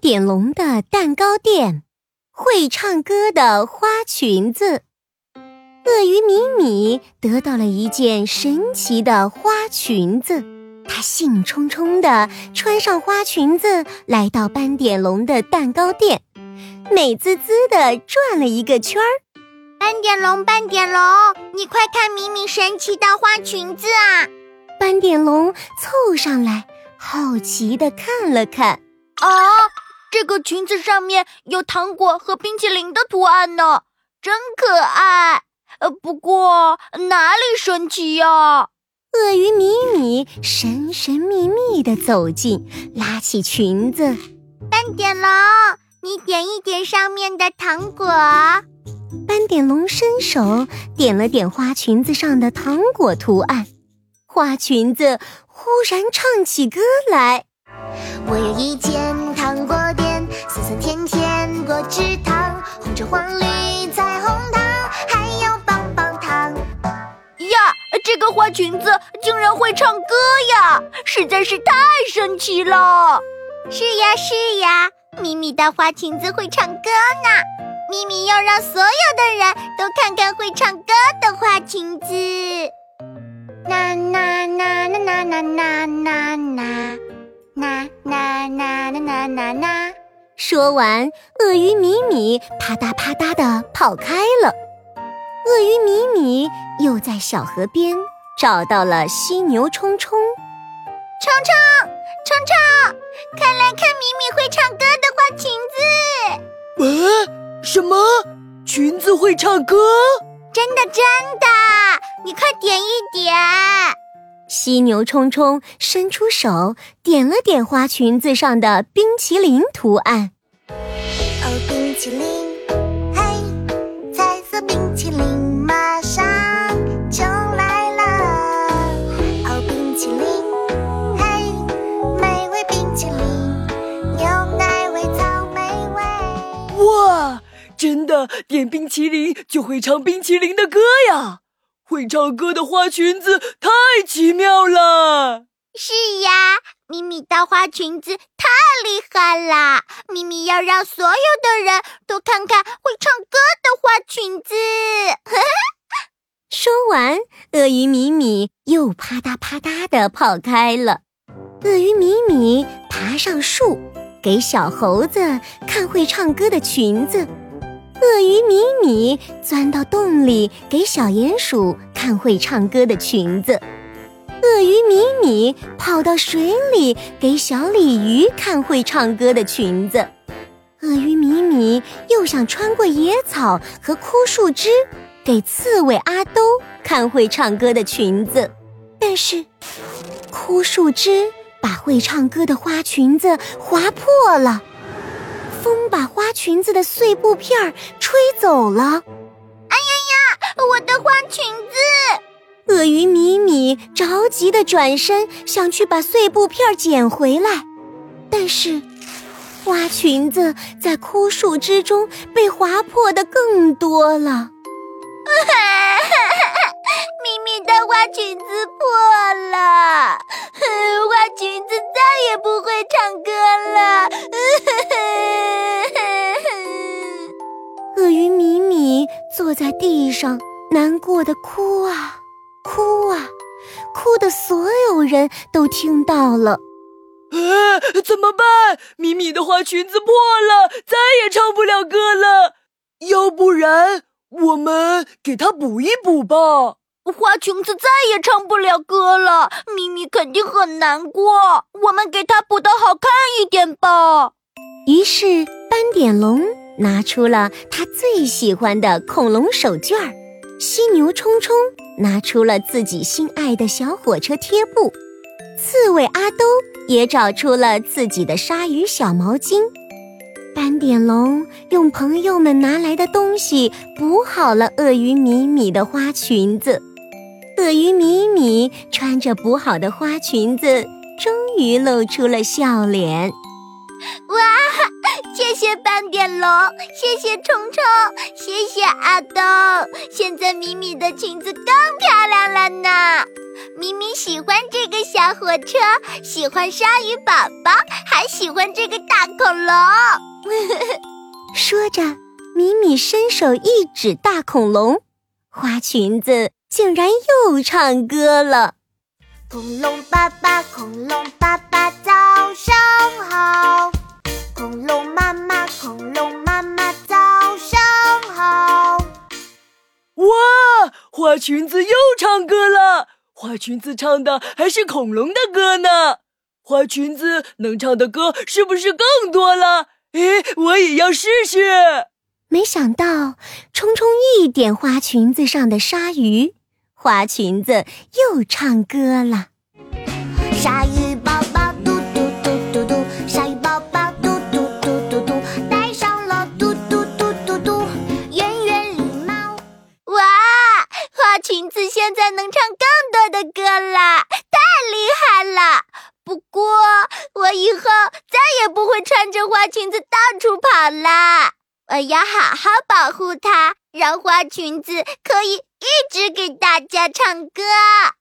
点龙的蛋糕店，会唱歌的花裙子。鳄鱼米米得到了一件神奇的花裙子，她兴冲冲地穿上花裙子，来到斑点龙的蛋糕店，美滋滋地转了一个圈儿。 斑点龙，斑点龙，你快看米米神奇的花裙子啊！ 斑点龙凑上来，好奇地看了看。 这个裙子上面有糖果和冰淇淋的图案呢，真可爱。不过哪里神奇呀？ 鳄鱼米米神神秘秘地走近，拉起裙子。 斑点龙，你点一点上面的糖果。 斑点龙伸手点了点花裙子上的糖果图案，花裙子忽然唱起歌来。 我有一间糖果店，酸酸甜甜果汁糖，红橙黄绿彩虹糖，还有棒棒糖。呀，这个花裙子竟然会唱歌呀，实在是太神奇了。是呀是呀，米米的花裙子会唱歌呢。米米要让所有的人都看看会唱歌的花裙子。啦啦啦啦啦啦啦啦啦。啦啦啦啦啦啦啦！ 说完，鳄鱼米米啪嗒啪嗒地跑开了。鳄鱼米米又在小河边找到了犀牛冲冲。 冲冲，冲冲，快来看米米会唱歌的花裙子！ 什么？裙子会唱歌？ 真的真的，你快点一点。 犀牛冲冲伸出手，点了点花裙子上的冰淇淋图案。 冰淇淋，嘿，彩色冰淇淋马上就来了。冰淇淋，嘿，美味冰淇淋，牛奶味、草莓味。 哇，真的点冰淇淋就会唱冰淇淋的歌呀！会唱歌的花裙子太奇妙了。 是呀，米米的花裙子太厉害啦！米米要让所有的人都看看会唱歌的花裙子。 说完，鳄鱼米米又啪嗒啪嗒地跑开了。鳄鱼米米爬上树，给小猴子看会唱歌的裙子。鳄鱼米米钻到洞里，给小鼹鼠看会唱歌的裙子。鳄鱼米米跑到水里，给小鲤鱼看会唱歌的裙子。鳄鱼米米又想穿过野草和枯树枝，给刺猬阿兜看会唱歌的裙子。但是枯树枝把会唱歌的花裙子划破了，风把花裙子的碎布片吹走了。 哎呀呀，我的花裙子！ 鳄鱼米米着急地转身想去把碎布片捡回来，但是花裙子在枯树枝中被划破的更多了。 米米的花裙子破了，花裙子再也不会唱歌了。 鳄鱼米米坐在地上，难过的哭啊哭啊，哭得所有人都听到了。 怎么办？米米的花裙子破了，再也唱不了歌了。要不然我们给她补一补吧。 花裙子再也唱不了歌了，米米肯定很难过。我们给她补得好看一点吧。 于是斑点龙拿出了他最喜欢的恐龙手绢，犀牛冲冲拿出了自己心爱的小火车贴布，刺猬阿兜也找出了自己的鲨鱼小毛巾。斑点龙用朋友们拿来的东西补好了鳄鱼米米的花裙子。鳄鱼米米穿着补好的花裙子，终于露出了笑脸。 哇，谢谢斑点龙，谢谢冲冲，谢谢阿东。现在米米的裙子更漂亮了呢。米米喜欢这个小火车，喜欢鲨鱼宝宝，还喜欢这个大恐龙。 说着，米米伸手一指大恐龙，花裙子竟然又唱歌了。 恐龙爸爸，恐龙爸爸，早上好。恐龙妈妈，恐龙妈妈，早上好。 哇，花裙子又唱歌了！花裙子唱的还是恐龙的歌呢。花裙子能唱的歌是不是更多了？诶，我也要试试。 没想到，冲冲一点花裙子上的鲨鱼，花裙子又唱歌了。 鲨鱼宝宝嘟嘟嘟嘟嘟，鲨鱼宝宝嘟嘟嘟嘟嘟，戴上了嘟嘟嘟嘟嘟圆圆礼帽。哇，花裙子现在能唱更多的歌啦，太厉害了！不过我以后再也不会穿着花裙子到处跑啦，我要好好保护它，让花裙子可以一直给大家唱歌。